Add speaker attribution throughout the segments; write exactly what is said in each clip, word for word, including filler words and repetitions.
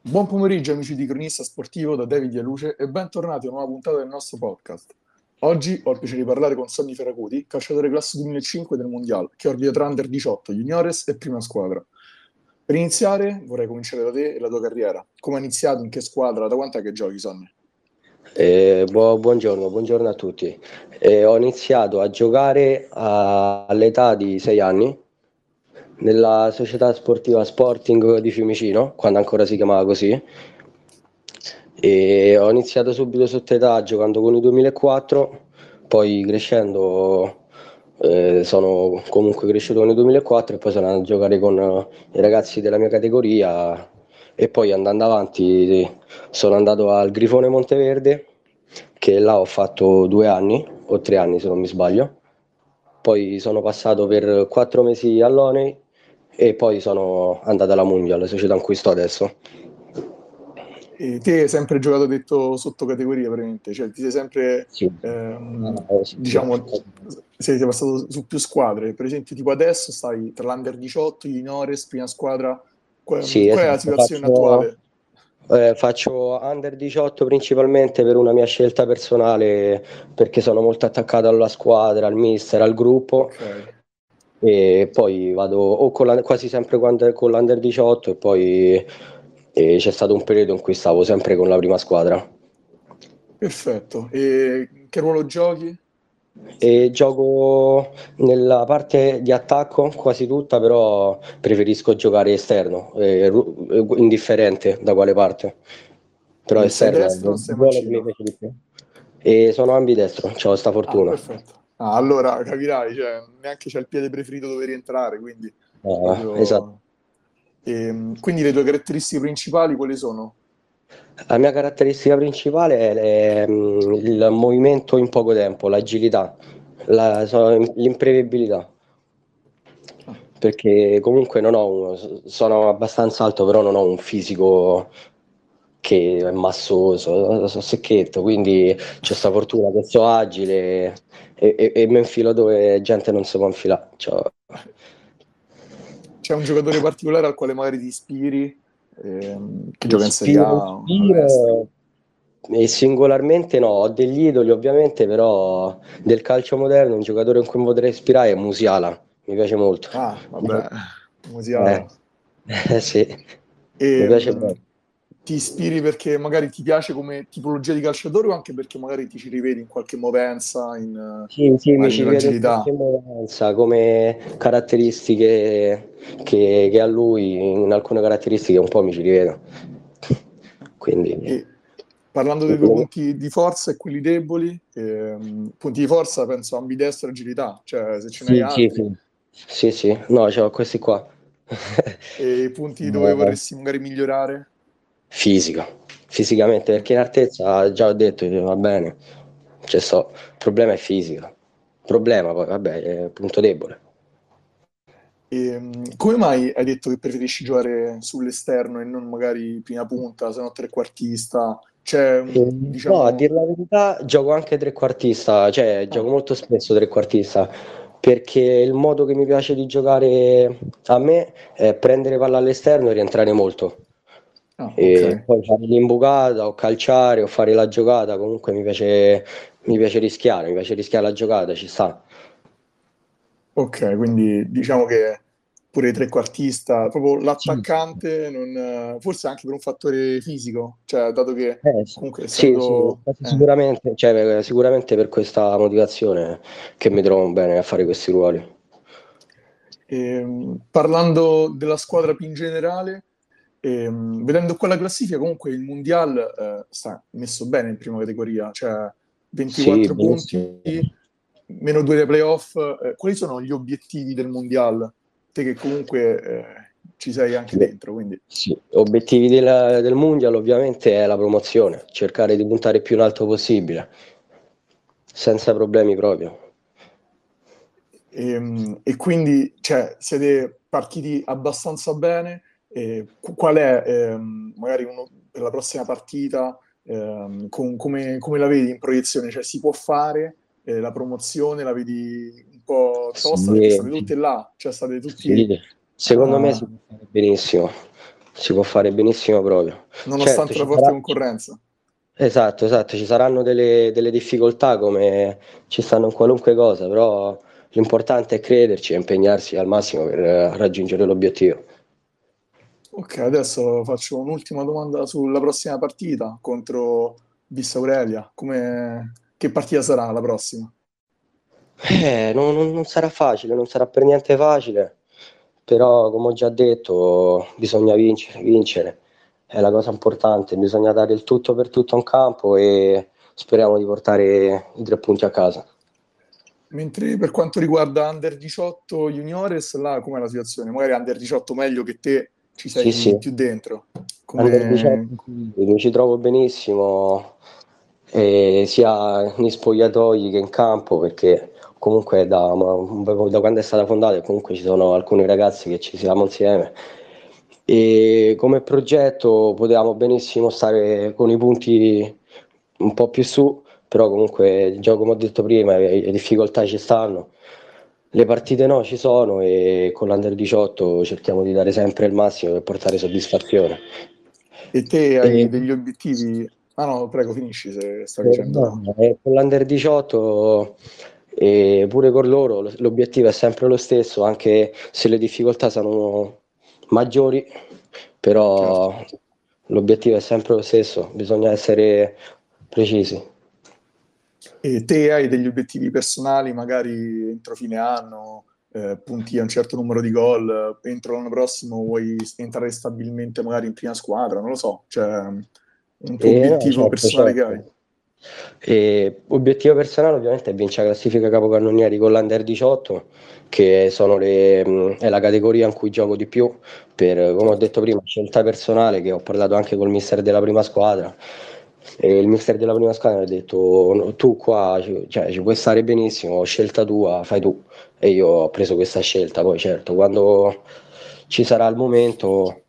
Speaker 1: Buon pomeriggio amici di Cronista Sportivo da David Ialuce e bentornati a una nuova puntata del nostro podcast. Oggi ho il piacere di parlare con Sonny Ferracuti, calciatore classe duemilacinque del Mondiale, che orbita tra Under diciotto, Juniores e Prima Squadra. Per iniziare vorrei cominciare da te e la tua carriera. Come hai iniziato, in che squadra, da quant'è che giochi, Sonny?
Speaker 2: Eh, buo- buongiorno, buongiorno a tutti. Eh, ho iniziato a giocare a- all'età di sei anni nella società sportiva Sporting di Fiumicino, quando ancora si chiamava così, e ho iniziato subito sotto età giocando con i duemilaquattro, poi crescendo eh, sono comunque cresciuto con i duemilaquattro e poi sono andato a giocare con eh, i ragazzi della mia categoria e poi andando avanti sono andato al Grifone Monteverde, che là ho fatto due anni o tre anni se non mi sbaglio. Poi sono passato per quattro mesi all'Oney e poi sono andato alla Mundial, la società in cui sto adesso.
Speaker 1: E te hai sempre giocato, detto, sotto categoria, praticamente, cioè ti sei sempre,
Speaker 2: Sì.
Speaker 1: ehm,
Speaker 2: Ah, sì, sì.
Speaker 1: diciamo, sei, sei passato su più squadre. Per esempio, tipo adesso stai tra l'Under diciotto, gli Juniores, Prima Squadra. Qual,
Speaker 2: Sì,
Speaker 1: qual è la
Speaker 2: esatto,
Speaker 1: situazione
Speaker 2: faccio,
Speaker 1: attuale?
Speaker 2: eh, faccio under diciotto principalmente per una mia scelta personale, perché sono molto attaccato alla squadra, al mister, al gruppo,
Speaker 1: Ok.
Speaker 2: e poi vado o con la- quasi sempre quando- con l'under diciotto e poi eh, c'è stato un periodo in cui stavo sempre con la prima squadra.
Speaker 1: Perfetto. E in che ruolo giochi?
Speaker 2: E gioco nella parte di attacco quasi tutta, però preferisco giocare esterno, eh, ru- eh, indifferente da quale parte, però
Speaker 1: E sei
Speaker 2: esterno è
Speaker 1: destro o
Speaker 2: il
Speaker 1: sei
Speaker 2: ruolo che
Speaker 1: mancino?
Speaker 2: mi piace di più. E sono ambidestro, ho sta
Speaker 1: Ah,
Speaker 2: fortuna.
Speaker 1: perfetto. Ah, allora capirai, cioè, neanche c'è il piede preferito dove rientrare, quindi
Speaker 2: Ah, esatto.
Speaker 1: proprio... Ehm, quindi le tue caratteristiche principali quali sono?
Speaker 2: La mia caratteristica principale è, è, mm, il movimento in poco tempo, l'agilità, la- so- l'imprevedibilità.
Speaker 1: Ah,
Speaker 2: Perché comunque non ho uno, sono abbastanza alto, però non ho un fisico che è massoso, sono secchetto, quindi c'è sta fortuna che sono agile e, e- e mi infilo dove gente non si può infilare. Cioè,
Speaker 1: c'è un giocatore particolare al quale magari ti ispiri, ehm, che gioca in Serie
Speaker 2: ispiro,
Speaker 1: A o all'estero?
Speaker 2: ispiro, e singolarmente no, ho degli idoli ovviamente, però del calcio moderno un giocatore in cui mi potrei ispirare è Musiala, mi piace molto.
Speaker 1: Ah, vabbè,
Speaker 2: Eh,
Speaker 1: Musiala.
Speaker 2: eh, sì, mi
Speaker 1: E,
Speaker 2: piace
Speaker 1: mh,
Speaker 2: molto.
Speaker 1: ti ispiri perché magari ti piace come tipologia di calciatore o anche perché magari ti ci rivedi in qualche movenza, in, eh,
Speaker 2: Sì, sì, mi
Speaker 1: magari
Speaker 2: ci rivedo in qualche
Speaker 1: nell'agilità?
Speaker 2: movenza, come caratteristiche che, che ha lui, in alcune caratteristiche un po' mi ci rivedo. Quindi,
Speaker 1: E parlando dei due punti di forza e quelli deboli, ehm, punti di forza penso ambidestro e agilità, cioè se ce n'hai
Speaker 2: sì, sì,
Speaker 1: altri,
Speaker 2: sì, sì, sì, no, c'ho questi qua.
Speaker 1: e i punti dove
Speaker 2: Eh,
Speaker 1: vorresti magari migliorare?
Speaker 2: Fisica, fisicamente,
Speaker 1: Mm.
Speaker 2: perché in altezza già ho detto, va bene, c'è sto, il problema è fisica. Problema poi, vabbè, è punto debole.
Speaker 1: E, mh, come mai hai detto che preferisci giocare sull'esterno e non magari prima punta, se no trequartista? C'è,
Speaker 2: Eh,
Speaker 1: un-
Speaker 2: No, a
Speaker 1: diciamo...
Speaker 2: dire la verità, gioco anche trequartista, cioè gioco
Speaker 1: Ah,
Speaker 2: molto spesso trequartista, perché il modo che mi piace di giocare a me è prendere palla all'esterno e rientrare molto.
Speaker 1: ah, ok.
Speaker 2: E poi fare l'imbucata o calciare o fare la giocata, comunque mi piace, mi piace rischiare, mi piace rischiare la giocata, ci sta.
Speaker 1: Ok, quindi diciamo che pure il trequartista, proprio
Speaker 2: Sì, sì,
Speaker 1: l'attaccante, non, eh, forse anche per un fattore fisico, cioè dato che
Speaker 2: eh, sì,
Speaker 1: comunque
Speaker 2: sì, sì,
Speaker 1: essendo...
Speaker 2: quasi
Speaker 1: eh,
Speaker 2: sicuramente, cioè, sicuramente per questa motivazione che mi trovo bene a fare questi ruoli.
Speaker 1: ehm, parlando della squadra più in generale, ehm, vedendo qua la classifica, comunque il Mundial eh, sta messo bene in prima categoria, cioè
Speaker 2: Sì,
Speaker 1: ventiquattro
Speaker 2: benissimo.
Speaker 1: punti, meno due dei playoff. Eh, quali sono gli obiettivi del Mundial? Te che comunque eh, ci sei anche
Speaker 2: Beh,
Speaker 1: dentro, quindi...
Speaker 2: sì, obiettivi del, del Mondial ovviamente è la promozione, cercare di puntare più in alto possibile, senza problemi proprio.
Speaker 1: E, e quindi cioè, siete partiti abbastanza bene. E qu- qual è ehm, magari uno, per la prossima partita, ehm, com- come, come la vedi in proiezione? Cioè, si può fare eh, la promozione? La vedi un po' tosta perché
Speaker 2: Sì,
Speaker 1: state
Speaker 2: sì,
Speaker 1: tutte là, cioè state tutti
Speaker 2: sì. Secondo me
Speaker 1: a...
Speaker 2: si può fare benissimo. si può fare benissimo proprio.
Speaker 1: Nonostante
Speaker 2: Certo,
Speaker 1: la
Speaker 2: ci
Speaker 1: forte
Speaker 2: sarà...
Speaker 1: concorrenza.
Speaker 2: Esatto, esatto, ci saranno delle, delle difficoltà come ci stanno in qualunque cosa, però l'importante è crederci e impegnarsi al massimo per eh, raggiungere l'obiettivo.
Speaker 1: Ok, adesso faccio un'ultima domanda sulla prossima partita contro Vissa Aurelia. Come... Che partita sarà la prossima?
Speaker 2: Eh, non, non- non sarà facile, non sarà per niente facile, però come ho già detto bisogna vincere, vincere è la cosa importante, bisogna dare il tutto per tutto in campo e speriamo di portare i tre punti a casa.
Speaker 1: Mentre per quanto riguarda Under diciotto Juniores, là com'è la situazione? Magari Under diciotto meglio che te ci
Speaker 2: Sì, sì,
Speaker 1: sei più dentro.
Speaker 2: Under
Speaker 1: Come...
Speaker 2: diciotto sì, mi ci trovo benissimo, eh, sia negli spogliatoi che in campo, perché comunque da, ma- da quando è stata fondata comunque ci sono alcuni ragazzi che ci siamo insieme e come progetto potevamo benissimo stare con i punti un po' più su, però comunque già come ho detto prima le le difficoltà ci stanno. Le partite no ci sono e con l'Under diciotto cerchiamo di dare sempre il massimo per portare soddisfazione.
Speaker 1: E te hai
Speaker 2: E,
Speaker 1: degli obiettivi? Ah no, prego, finisci se stavi
Speaker 2: eh,
Speaker 1: dicendo...
Speaker 2: no, e con l'Under diciotto e pure con loro l- l'obiettivo è sempre lo stesso, anche se le difficoltà sono maggiori,
Speaker 1: Certo.
Speaker 2: però l'obiettivo è sempre lo stesso, bisogna essere precisi.
Speaker 1: E te hai degli obiettivi personali, magari entro fine anno, eh, punti a un certo numero di gol, eh, entro l'anno prossimo vuoi entrare stabilmente magari in prima squadra, non lo so, cioè un tuo
Speaker 2: E no,
Speaker 1: obiettivo
Speaker 2: certo,
Speaker 1: personale che hai.
Speaker 2: certo. E obiettivo personale ovviamente è vincere la classifica capocannonieri con l'Under diciotto, che sono le, mh, è la categoria in cui gioco di più, per, come ho
Speaker 1: Certo.
Speaker 2: detto prima, scelta personale, che ho parlato anche col mister della prima squadra. E il mister della prima squadra mi ha detto: "No, tu qua ci, cioè, ci puoi stare benissimo, scelta tua, fai tu." E io ho preso questa scelta. Poi certo, quando ci sarà il momento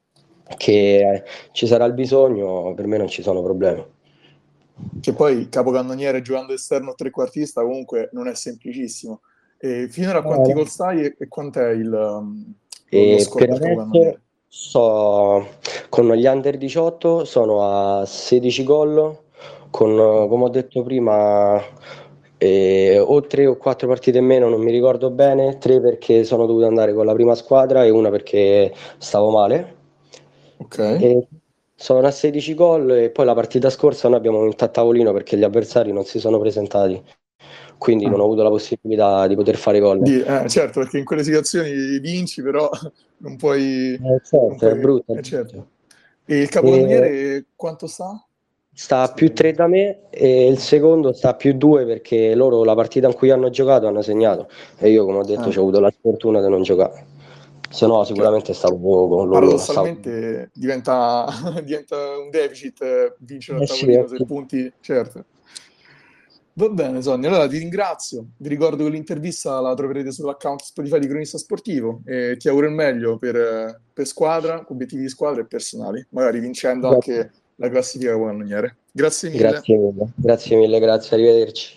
Speaker 2: che ci sarà il bisogno, per me non ci sono problemi.
Speaker 1: Che poi capocannoniere giocando esterno o trequartista comunque non è semplicissimo. E finora a quanti gol stai e, e quant'è il, um, lo, lo
Speaker 2: E
Speaker 1: score
Speaker 2: per
Speaker 1: del
Speaker 2: adesso
Speaker 1: capocannoniere?
Speaker 2: so, con gli under diciotto sono a sedici gol, con,
Speaker 1: Oh,
Speaker 2: come ho detto prima, eh, o tre o quattro partite in meno, non mi ricordo bene, tre perché sono dovuto andare con la prima squadra e una perché stavo male.
Speaker 1: ok.
Speaker 2: E sono a sedici gol e poi la partita scorsa noi abbiamo vinto a tavolino perché gli avversari non si sono presentati, quindi non
Speaker 1: Ah.
Speaker 2: ho avuto la possibilità di poter fare gol.
Speaker 1: Di- eh, certo, perché in quelle situazioni vinci, però non puoi...
Speaker 2: Eh,
Speaker 1: Non
Speaker 2: certo, è
Speaker 1: puoi
Speaker 2: brutto, è
Speaker 1: eh, certo.
Speaker 2: brutto.
Speaker 1: E il
Speaker 2: E
Speaker 1: capocannoniere quanto sta?
Speaker 2: sta a più
Speaker 1: Scusami.
Speaker 2: tre da me e il secondo sta a più due perché loro la partita in cui hanno giocato hanno segnato e io come ho detto
Speaker 1: Ah,
Speaker 2: ho avuto la sfortuna di non giocare, se no
Speaker 1: che
Speaker 2: sicuramente stavo con loro. Stavo...
Speaker 1: paradossalmente diventa, diventa un deficit eh, vincere a
Speaker 2: Eh sì,
Speaker 1: tavolino
Speaker 2: eh
Speaker 1: se
Speaker 2: sì.
Speaker 1: punti, certo. Va bene, Sonia, allora ti ringrazio. Vi ricordo che l'intervista la troverete sull'account Spotify di Cronista Sportivo e ti auguro il meglio per, eh, per squadra, obiettivi di squadra e personali, magari vincendo
Speaker 2: Grazie,
Speaker 1: anche la classifica capocannoniere. Grazie mille.
Speaker 2: grazie mille, grazie mille, grazie, arrivederci.